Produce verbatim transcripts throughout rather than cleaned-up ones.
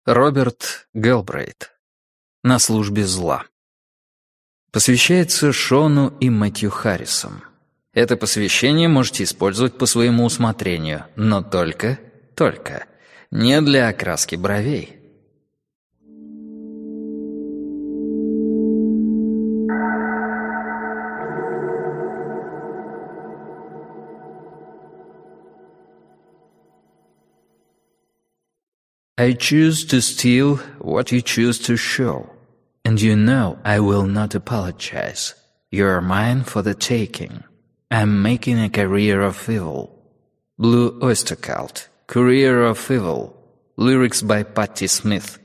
Роберт Гелбрейт. На службе зла. Посвящается Шону и Мэтью Харрисам. Это посвящение можете использовать по своему усмотрению, но только, только, не для окраски бровей. I choose to steal what you choose to show, and you know I will not apologize. You are mine for the taking. I'm making a career of evil. Blue Oyster Cult. Career of Evil. Lyrics by Patti Smith.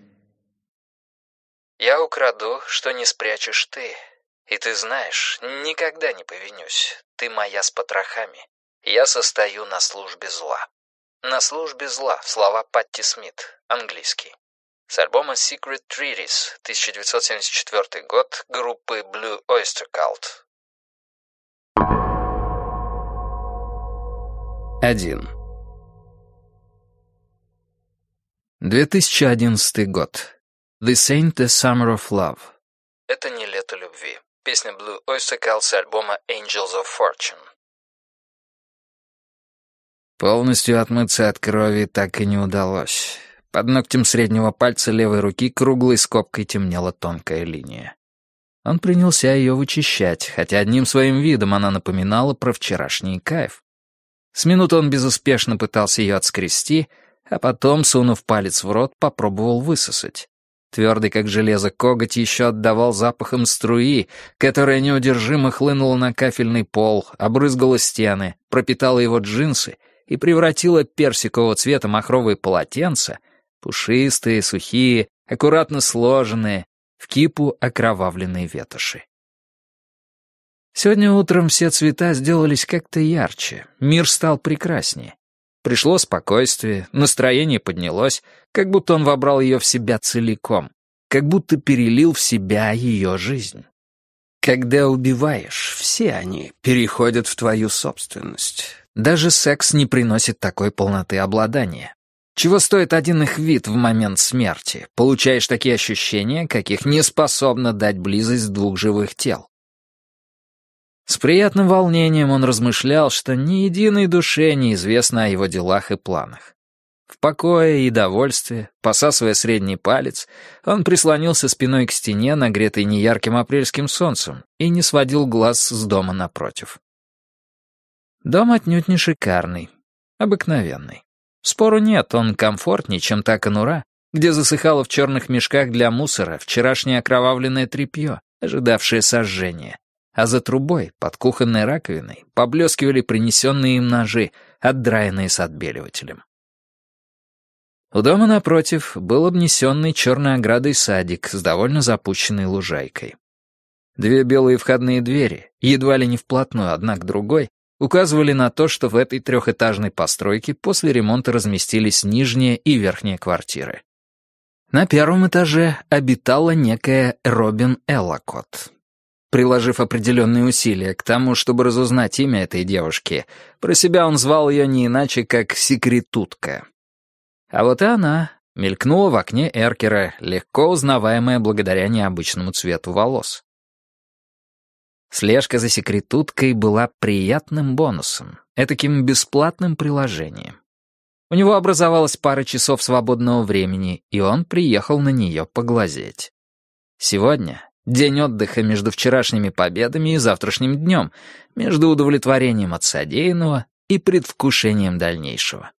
Я украду, что не спрячешь ты. И ты знаешь, никогда не повинюсь. Ты моя с потрохами. Я состою на службе зла. На службе зла, слова Патти Смит, английский. С альбома Secret Treaties, тысяча девятьсот семьдесят четвёртый год, группы Blue Oyster Cult. один. две тысячи одиннадцатый год. This ain't the summer of love. Это не лето любви. Песня Blue Oyster Cult с альбома Angels of Fortune. Полностью отмыться от крови так и не удалось. Под ногтем среднего пальца левой руки круглой скобкой темнела тонкая линия. Он принялся ее вычищать, хотя одним своим видом она напоминала про вчерашний кайф. С минуты он безуспешно пытался ее отскрести, а потом, сунув палец в рот, попробовал высосать. Твердый как железо коготь еще отдавал запахом струи, которая неудержимо хлынула на кафельный пол, обрызгала стены, пропитала его джинсы и превратила персикового цвета махровые полотенца, пушистые, сухие, аккуратно сложенные, в кипу окровавленной ветоши. Сегодня утром все цвета сделались как-то ярче, мир стал прекраснее. Пришло спокойствие, настроение поднялось, как будто он вобрал ее в себя целиком, как будто перелил в себя ее жизнь. Когда убиваешь, все они переходят в твою собственность. Даже секс не приносит такой полноты обладания. Чего стоит один их вид в момент смерти? Получаешь такие ощущения, каких не способна дать близость двух живых тел. С приятным волнением он размышлял, что ни единой душе не известно о его делах и планах. В покое и довольстве, посасывая средний палец, он прислонился спиной к стене, нагретой неярким апрельским солнцем, и не сводил глаз с дома напротив. Дом отнюдь не шикарный, обыкновенный. Спору нет, он комфортнее, чем та конура, где засыхало в черных мешках для мусора вчерашнее окровавленное тряпье, ожидавшее сожжения, а за трубой, под кухонной раковиной, поблескивали принесенные им ножи, отдраенные с отбеливателем. У дома напротив был обнесенный черной оградой садик с довольно запущенной лужайкой. Две белые входные двери, едва ли не вплотную одна к другой, указывали на то, что в этой трехэтажной постройке после ремонта разместились нижняя и верхняя квартиры. На первом этаже обитала некая Робин Эллокотт. Приложив определенные усилия к тому, чтобы разузнать имя этой девушки, про себя он звал ее не иначе, как «секретутка». А вот и она мелькнула в окне эркера, легко узнаваемая благодаря необычному цвету волос. Слежка за секретуткой была приятным бонусом, этаким бесплатным приложением. У него образовалась пара часов свободного времени, и он приехал на нее поглазеть. Сегодня день отдыха между вчерашними победами и завтрашним днем, между удовлетворением от содеянного и предвкушением дальнейшего.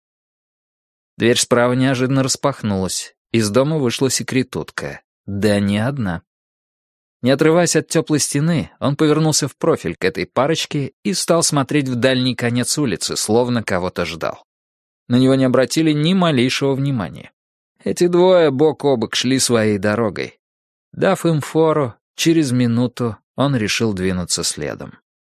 Дверь справа неожиданно распахнулась. Из дома вышла секретутка. Да не одна. Не отрываясь от теплой стены, он повернулся в профиль к этой парочке и стал смотреть в дальний конец улицы, словно кого-то ждал. На него не обратили ни малейшего внимания. Эти двое бок о бок шли своей дорогой. Дав им фору, через минуту он решил двинуться следом.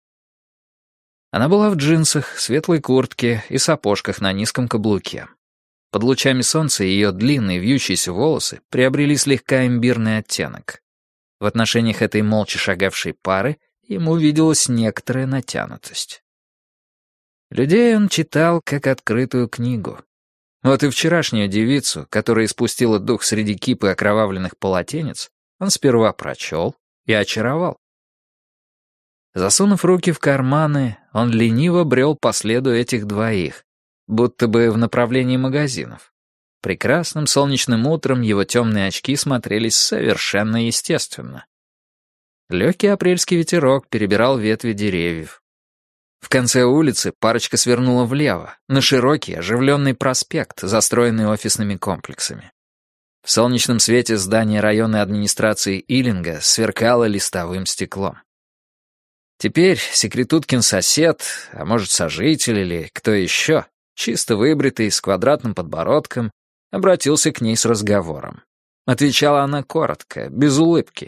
Она была в джинсах, светлой куртке и сапожках на низком каблуке. Под лучами солнца ее длинные вьющиеся волосы приобрели слегка имбирный оттенок. В отношениях этой молча шагавшей пары ему виделась некоторая натянутость. Людей он читал как открытую книгу. Вот и вчерашнюю девицу, которая испустила дух среди кипы окровавленных полотенец, он сперва прочел и очаровал. Засунув руки в карманы, он лениво брел по следу этих двоих, будто бы в направлении магазинов. Прекрасным солнечным утром его темные очки смотрелись совершенно естественно. Легкий апрельский ветерок перебирал ветви деревьев. В конце улицы парочка свернула влево, на широкий оживленный проспект, застроенный офисными комплексами. В солнечном свете здание районной администрации Иллинга сверкало листовым стеклом. Теперь секретуткин сосед, а может сожитель или кто еще, чисто выбритый, с квадратным подбородком, обратился к ней с разговором. Отвечала она коротко, без улыбки.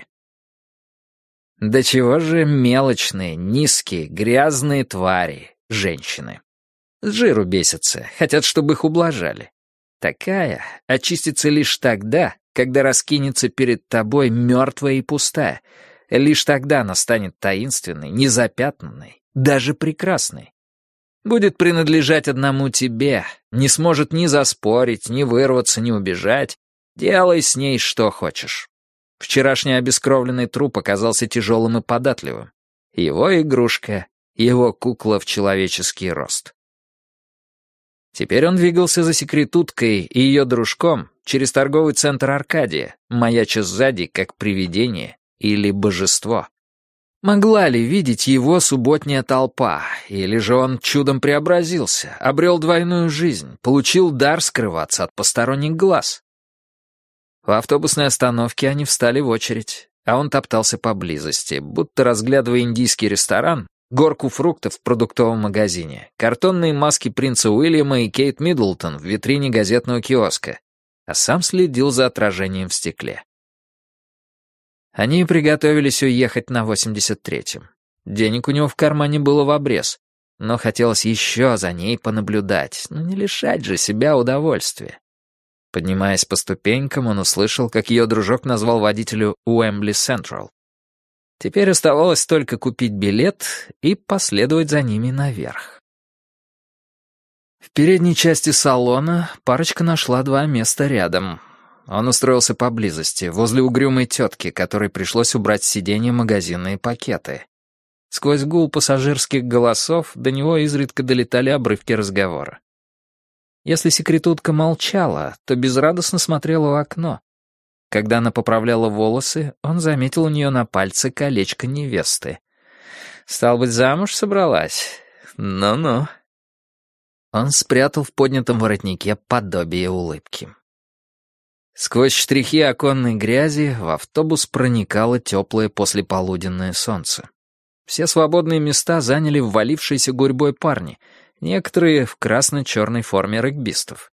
Да чего же мелочные, низкие, грязные твари, женщины. С жиру бесятся, хотят, чтобы их ублажали. Такая очистится лишь тогда, когда раскинется перед тобой мертвая и пустая. Лишь тогда она станет таинственной, незапятнанной, даже прекрасной. Будет принадлежать одному тебе, не сможет ни заспорить, ни вырваться, ни убежать. Делай с ней что хочешь. Вчерашний обескровленный труп оказался тяжелым и податливым. Его игрушка, его кукла в человеческий рост. Теперь он двигался за секретуткой и ее дружком через торговый центр Аркадия, маяча сзади, как привидение или божество. Могла ли видеть его субботняя толпа, или же он чудом преобразился, обрел двойную жизнь, получил дар скрываться от посторонних глаз? В автобусной остановке они встали в очередь, а он топтался поблизости, будто разглядывая индийский ресторан, горку фруктов в продуктовом магазине, картонные маски принца Уильяма и Кейт Миддлтон в витрине газетного киоска, а сам следил за отражением в стекле. Они приготовились уехать на восемьдесят третьем. Денег у него в кармане было в обрез, но хотелось еще за ней понаблюдать, но не лишать же себя удовольствия. Поднимаясь по ступенькам, он услышал, как ее дружок назвал водителю Уэмбли Сентрал. Теперь оставалось только купить билет и последовать за ними наверх. В передней части салона парочка нашла два места рядом. Он устроился поблизости, возле угрюмой тетки, которой пришлось убрать с сиденья магазинные пакеты. Сквозь гул пассажирских голосов до него изредка долетали обрывки разговора. Если секретутка молчала, то безрадостно смотрела в окно. Когда она поправляла волосы, он заметил у нее на пальце колечко невесты. «Стал быть, замуж собралась? Ну-ну». Он спрятал в поднятом воротнике подобие улыбки. Сквозь штрихи оконной грязи в автобус проникало теплое послеполуденное солнце. Все свободные места заняли ввалившиеся гурьбой парни, некоторые в красно-черной форме регбистов.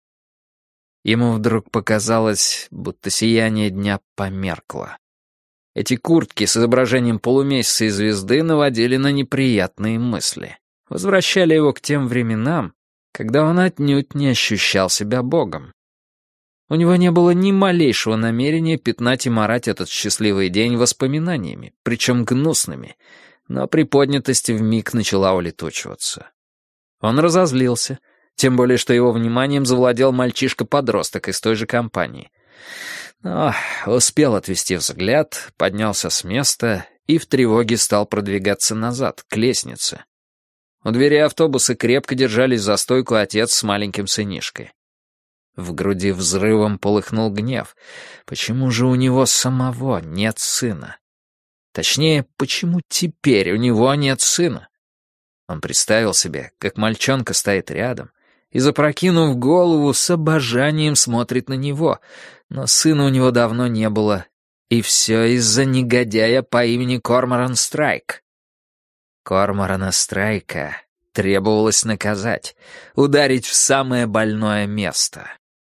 Ему вдруг показалось, будто сияние дня померкло. Эти куртки с изображением полумесяца и звезды наводили на неприятные мысли, возвращали его к тем временам, когда он отнюдь не ощущал себя богом. У него не было ни малейшего намерения пятнать и марать этот счастливый день воспоминаниями, причем гнусными, но приподнятость вмиг начала улетучиваться. Он разозлился, тем более что его вниманием завладел мальчишка-подросток из той же компании. Но успел отвести взгляд, поднялся с места и в тревоге стал продвигаться назад, к лестнице. У двери автобуса крепко держались за стойку отец с маленьким сынишкой. В груди взрывом полыхнул гнев. Почему же у него самого нет сына? Точнее, почему теперь у него нет сына? Он представил себе, как мальчонка стоит рядом и, запрокинув голову, с обожанием смотрит на него, но сына у него давно не было, и все из-за негодяя по имени Корморан Страйк. Корморана Страйка требовалось наказать, ударить в самое больное место.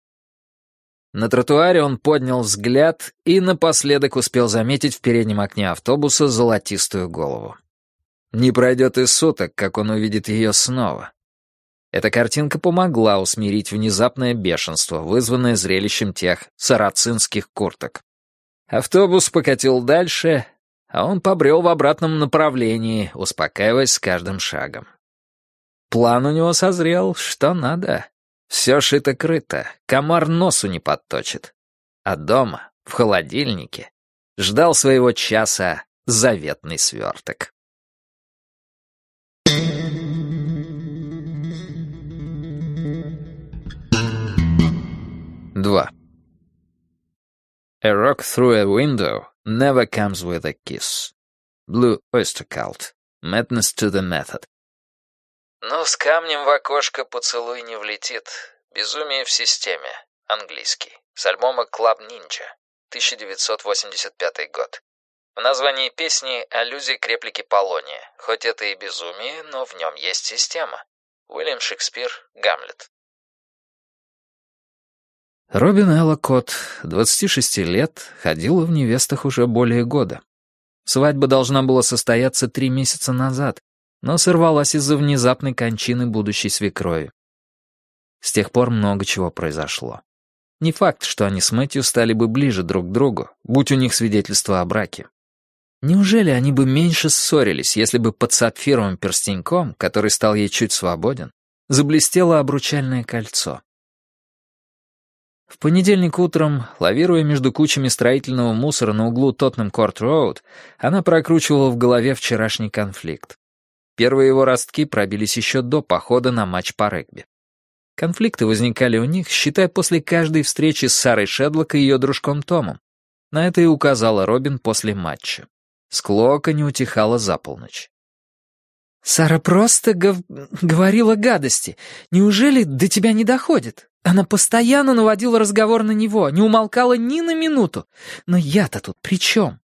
На тротуаре он поднял взгляд и напоследок успел заметить в переднем окне автобуса золотистую голову. Не пройдет и суток, как он увидит ее снова. Эта картинка помогла усмирить внезапное бешенство, вызванное зрелищем тех сарацинских курток. Автобус покатил дальше, а он побрел в обратном направлении, успокаиваясь с каждым шагом. План у него созрел, что надо. Все шито-крыто, комар носу не подточит. А дома, в холодильнике, ждал своего часа заветный сверток. Два. A rock through a window never comes with a kiss. Blue Oyster Cult. Madness to the Method. Но с камнем в окошко поцелуй не влетит. Безумие в системе. Английский. С альбома Club Ninja. тысяча девятьсот восемьдесят пятый год. В названии песни аллюзия к реплике Полония. Хоть это и безумие, но в нем есть система. Уильям Шекспир, Гамлет. Робин Эллокотт, двадцати шести лет, ходила в невестах уже более года. Свадьба должна была состояться три месяца назад, но сорвалась из-за внезапной кончины будущей свекрови. С тех пор много чего произошло. Не факт, что они с Мэтью стали бы ближе друг к другу, будь у них свидетельство о браке. Неужели они бы меньше ссорились, если бы под сапфировым перстеньком, который стал ей чуть свободен, заблестело обручальное кольцо? В понедельник утром, лавируя между кучами строительного мусора на углу Тоттенхэм-Корт-Роуд, она прокручивала в голове вчерашний конфликт. Первые его ростки пробились еще до похода на матч по регби. Конфликты возникали у них, считай, после каждой встречи с Сарой Шедлок и ее дружком Томом. На это и указала Робин после матча. Склока не утихала за полночь. «Сара просто гов... говорила гадости. Неужели до тебя не доходит? Она постоянно наводила разговор на него, не умолкала ни на минуту. Но я-то тут при чем?»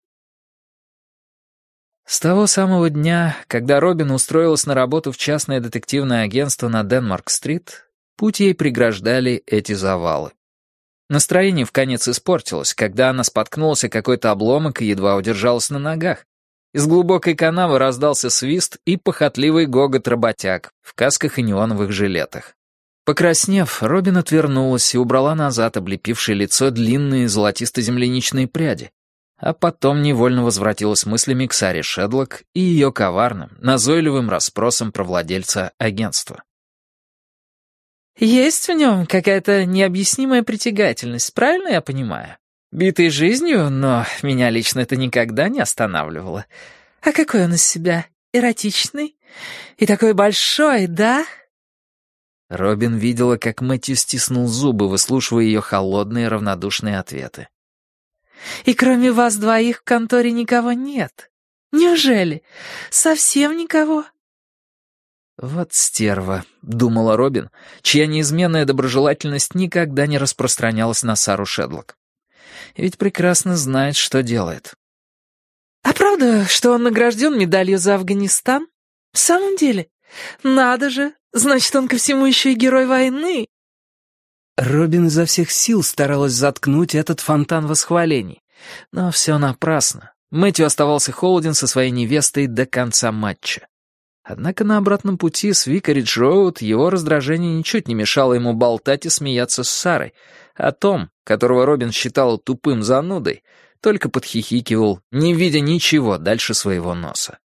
С того самого дня, когда Робин устроилась на работу в частное детективное агентство на Денмарк-стрит, путь ей преграждали эти завалы. Настроение вконец испортилось, когда она споткнулась о какой-то обломок и едва удержалась на ногах. Из глубокой канавы раздался свист и похотливый гогот работяг в касках и неоновых жилетах. Покраснев, Робин отвернулась и убрала назад облепившее лицо длинные золотисто-земляничные пряди, а потом невольно возвратилась мыслями к Саре Шедлок и ее коварным, назойливым расспросам про владельца агентства. «Есть в нем какая-то необъяснимая притягательность, правильно я понимаю? Битый жизнью, но меня лично это никогда не останавливало. А какой он из себя? Эротичный? И такой большой, да?» Робин видела, как Мэтью стиснул зубы, выслушивая ее холодные равнодушные ответы. «И кроме вас двоих в конторе никого нет? Неужели? Совсем никого?» «Вот стерва», — думала Робин, чья неизменная доброжелательность никогда не распространялась на Сару Шедлок. И ведь прекрасно знает, что делает. «А правда, что он награжден медалью за Афганистан? В самом деле? Надо же! Значит, он ко всему еще и герой войны!» Робин изо всех сил старалась заткнуть этот фонтан восхвалений. Но все напрасно. Мэтью оставался холоден со своей невестой до конца матча. Однако на обратном пути с Викаридж-Роуд его раздражение ничуть не мешало ему болтать и смеяться с Сарой. О том, которого Робин считала тупым занудой, только подхихикивал, не видя ничего дальше своего носа.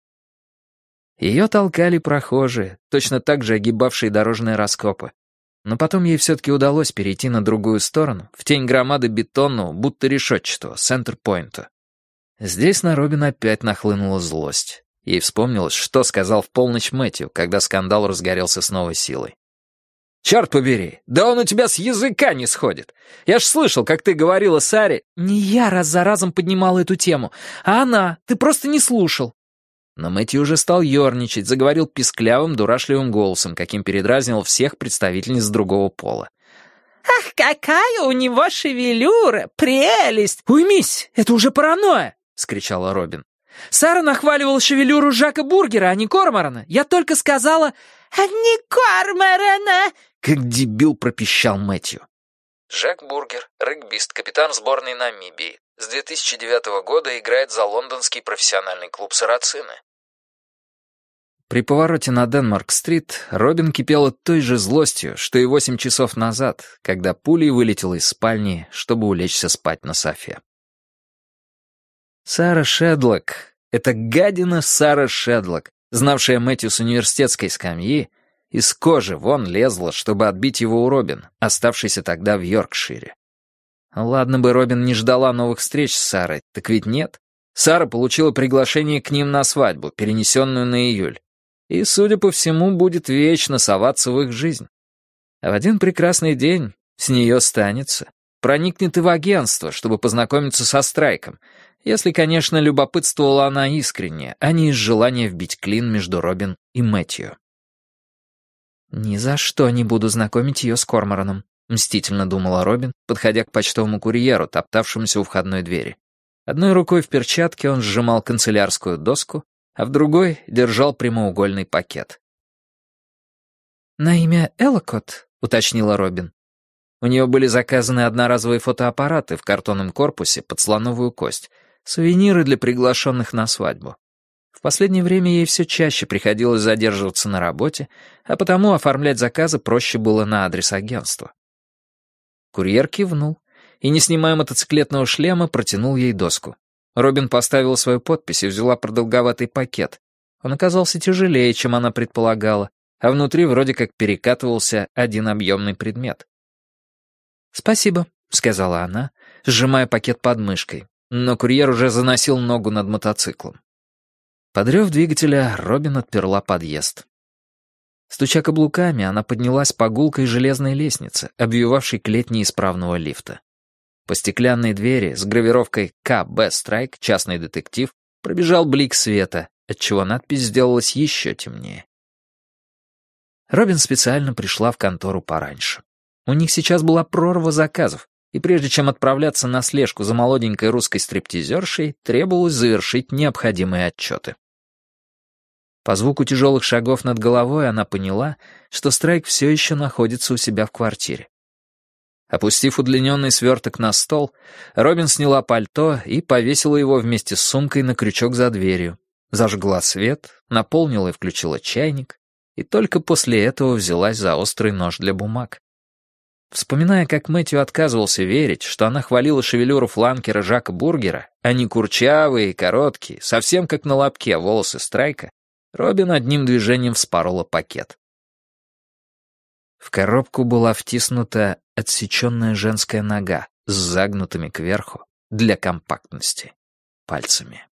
Ее толкали прохожие, точно так же огибавшие дорожные раскопы. Но потом ей все-таки удалось перейти на другую сторону, в тень громады бетонного, будто решетчатого, Сентер-Пойнта. Здесь на Робин опять нахлынула злость. Ей вспомнилось, что сказал в полночь Мэтью, когда скандал разгорелся с новой силой. «Черт побери, да он у тебя с языка не сходит! Я ж слышал, как ты говорила Саре...» «Не я раз за разом поднимала эту тему, а она, ты просто не слушал!» Но Мэтью уже стал ерничать, заговорил писклявым, дурашливым голосом, каким передразнивал всех представительниц другого пола. «Ах, какая у него шевелюра! Прелесть!» «Уймись, это уже паранойя!» — скричала Робин. «Сара нахваливала шевелюру Жака Бургера, а не Корморана. Я только сказала... «А не Корморана!» — как дебил пропищал Мэтью. Жак Бургер, регбист, капитан сборной Намибии. С две тысячи девятого года играет за лондонский профессиональный клуб «Сарацины». При повороте на Денмарк-стрит Робин кипела той же злостью, что и восемь часов назад, когда пулей вылетела из спальни, чтобы улечься спать на софе. Сара Шедлок, эта гадина Сара Шедлок, знавшая Мэтью с университетской скамьи, Из кожи вон лезла, чтобы отбить его у Робин, оставшейся тогда в Йоркшире. Ладно бы Робин не ждала новых встреч с Сарой, так ведь нет. Сара получила приглашение к ним на свадьбу, перенесенную на июль. И, судя по всему, будет вечно соваться в их жизнь. А в один прекрасный день с нее станется. Проникнет и в агентство, чтобы познакомиться со Страйком, если, конечно, любопытствовала она искренне, а не из желания вбить клин между Робин и Мэтью. «Ни за что не буду знакомить ее с Кормораном», — мстительно думала Робин, подходя к почтовому курьеру, топтавшемуся у входной двери. Одной рукой в перчатке он сжимал канцелярскую доску, а в другой держал прямоугольный пакет. «На имя Эллокотт», — уточнила Робин. У нее были заказаны одноразовые фотоаппараты в картонном корпусе под слоновую кость, сувениры для приглашенных на свадьбу. В последнее время ей все чаще приходилось задерживаться на работе, а потому оформлять заказы проще было на адрес агентства. Курьер кивнул и, не снимая мотоциклетного шлема, протянул ей доску. Робин поставила свою подпись и взяла продолговатый пакет. Он оказался тяжелее, чем она предполагала, а внутри вроде как перекатывался один объемный предмет. «Спасибо», — сказала она, сжимая пакет под мышкой, но курьер уже заносил ногу над мотоциклом. Под рев двигателя Робин отперла подъезд. Стуча каблуками, она поднялась по гулкой железной лестнице, обвивавшей клеть неисправного лифта. По стеклянной двери с гравировкой «К Б Страйк. Частный детектив» пробежал блик света, отчего надпись сделалась еще темнее. Робин специально пришла в контору пораньше. У них сейчас была прорва заказов, и прежде чем отправляться на слежку за молоденькой русской стриптизершей, требовалось завершить необходимые отчеты. По звуку тяжелых шагов над головой она поняла, что Страйк все еще находится у себя в квартире. Опустив удлиненный сверток на стол, Робин сняла пальто и повесила его вместе с сумкой на крючок за дверью, зажгла свет, наполнила и включила чайник, и только после этого взялась за острый нож для бумаг. Вспоминая, как Мэтью отказывался верить, что она хвалила шевелюру фланкера Жака Бургера, а не курчавые и короткие, совсем как на лобке волосы Страйка, Робин одним движением вспорола пакет. В коробку была втиснута отсеченная женская нога с загнутыми кверху, для компактности, пальцами.